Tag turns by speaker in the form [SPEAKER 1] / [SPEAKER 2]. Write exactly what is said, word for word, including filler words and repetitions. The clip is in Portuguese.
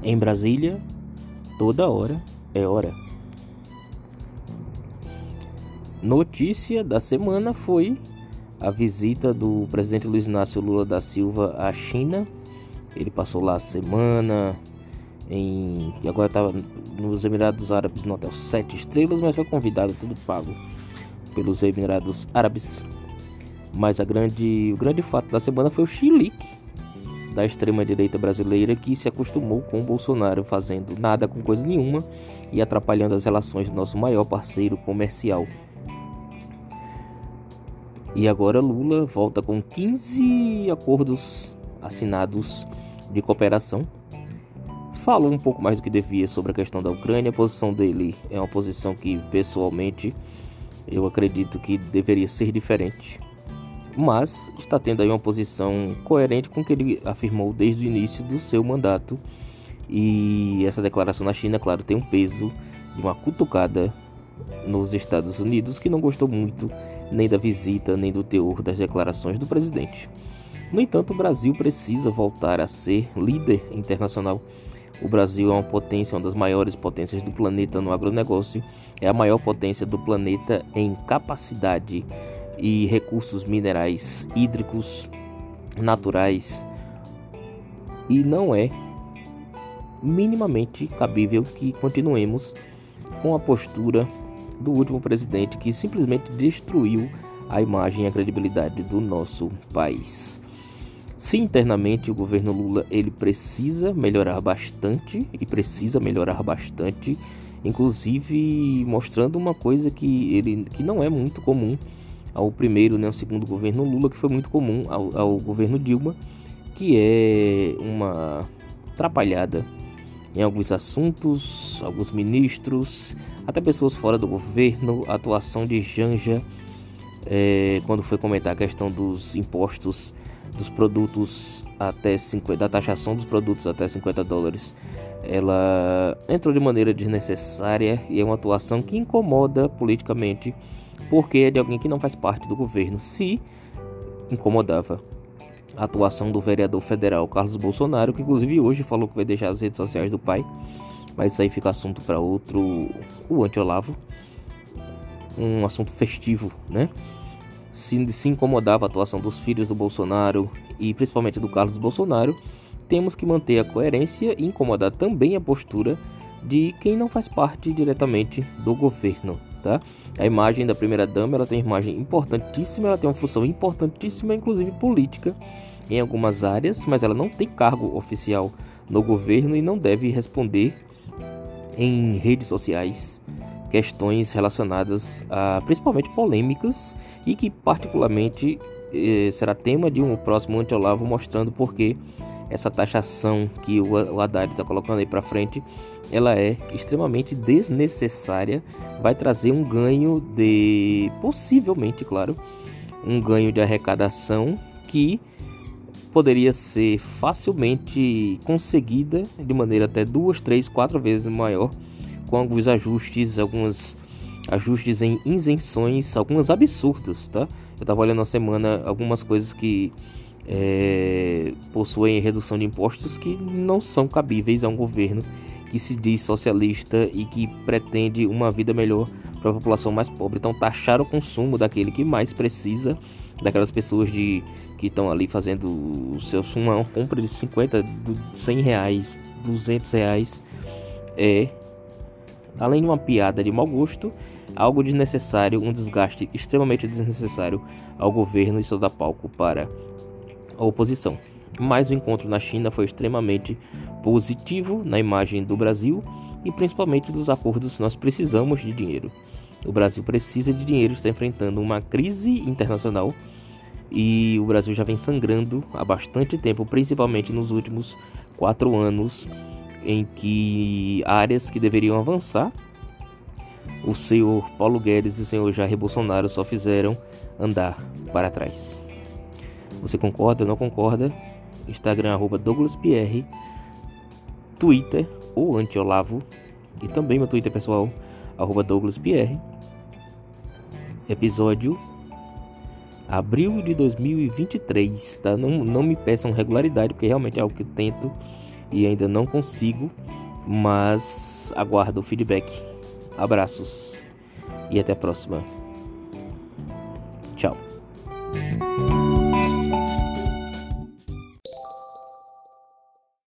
[SPEAKER 1] Em Brasília, toda hora é hora. Notícia da semana foi a visita do presidente Luiz Inácio Lula da Silva à China. Ele passou lá a semana em... e agora estava nos Emirados Árabes no hotel sete estrelas, mas foi convidado, tudo pago pelos Emirados Árabes. Mas a grande, o grande fato da semana foi o chilique da extrema-direita brasileira, que se acostumou com o Bolsonaro fazendo nada com coisa nenhuma e atrapalhando as relações do nosso maior parceiro comercial. E agora Lula volta com quinze acordos assinados de cooperação. Falou um pouco mais do que devia sobre a questão da Ucrânia. A posição dele é uma posição que, pessoalmente, eu acredito que deveria ser diferente. Mas está tendo aí uma posição coerente com o que ele afirmou desde o início do seu mandato. E essa declaração na China, claro, tem um peso de uma cutucada nos Estados Unidos, que não gostou muito nem da visita, nem do teor das declarações do presidente. No entanto, o Brasil precisa voltar a ser líder internacional. O Brasil é uma potência, uma das maiores potências do planeta no agronegócio, é a maior potência do planeta em capacidade e recursos minerais, hídricos, naturais, e não é minimamente cabível que continuemos com a postura do último presidente, que simplesmente destruiu a imagem e a credibilidade do nosso país. Se internamente o governo Lula ele precisa melhorar bastante, e precisa melhorar bastante, inclusive mostrando uma coisa que, ele, que não é muito comum ao primeiro nem ao segundo governo Lula, que foi muito comum ao, ao governo Dilma, que é uma atrapalhada em alguns assuntos, alguns ministros, até pessoas fora do governo, a atuação de Janja, é, quando foi comentar a questão dos impostos dos produtos até cinquenta, da taxação dos produtos até cinquenta dólares, ela entrou de maneira desnecessária e é uma atuação que incomoda politicamente, porque é de alguém que não faz parte do governo. Se incomodava a atuação do vereador federal Carlos Bolsonaro, que inclusive hoje falou que vai deixar as redes sociais do pai, mas isso aí fica assunto para outro, o Anti-Olavo, um assunto festivo, né? Se, se incomodava a atuação dos filhos do Bolsonaro e principalmente do Carlos Bolsonaro, temos que manter a coerência e incomodar também a postura de quem não faz parte diretamente do governo, tá? A imagem da primeira-dama, ela tem uma imagem importantíssima, ela tem uma função importantíssima, inclusive política, em algumas áreas, mas ela não tem cargo oficial no governo e não deve responder em redes sociais questões relacionadas a principalmente polêmicas e que particularmente eh, será tema de um próximo Anti-Olavo, mostrando porque essa taxação que o, o Haddad está colocando aí para frente, ela é extremamente desnecessária, vai trazer um ganho de, possivelmente, claro, um ganho de arrecadação que poderia ser facilmente conseguida de maneira até duas, três, quatro vezes maior, com alguns ajustes, alguns ajustes em isenções, algumas absurdas, tá? Eu estava olhando na semana algumas coisas que é, possuem redução de impostos que não são cabíveis a um governo que se diz socialista e que pretende uma vida melhor para a população mais pobre. Então, taxar o consumo daquele que mais precisa, daquelas pessoas de, que estão ali fazendo o seu uma compra de cinquenta, cem reais, duzentos reais, é, além de uma piada de mau gosto, algo desnecessário, um desgaste extremamente desnecessário ao governo, e só dá palco para a oposição. Mas o encontro na China foi extremamente positivo na imagem do Brasil e principalmente dos acordos. Nós precisamos de dinheiro. O Brasil precisa de dinheiro, está enfrentando uma crise internacional e o Brasil já vem sangrando há bastante tempo, principalmente nos últimos quatro anos, em que áreas que deveriam avançar, o senhor Paulo Guedes e o senhor Jair Bolsonaro só fizeram andar para trás. Você concorda ou não concorda? Instagram, arroba Douglas Pierre, Twitter, ou Anti-Olavo, e também meu Twitter pessoal, arroba Douglas Pierre. Episódio abril de dois mil e vinte e três, tá? Não, não me peçam regularidade, porque realmente é algo que eu tento e ainda não consigo, mas aguardo o feedback. Abraços e até a próxima. Tchau.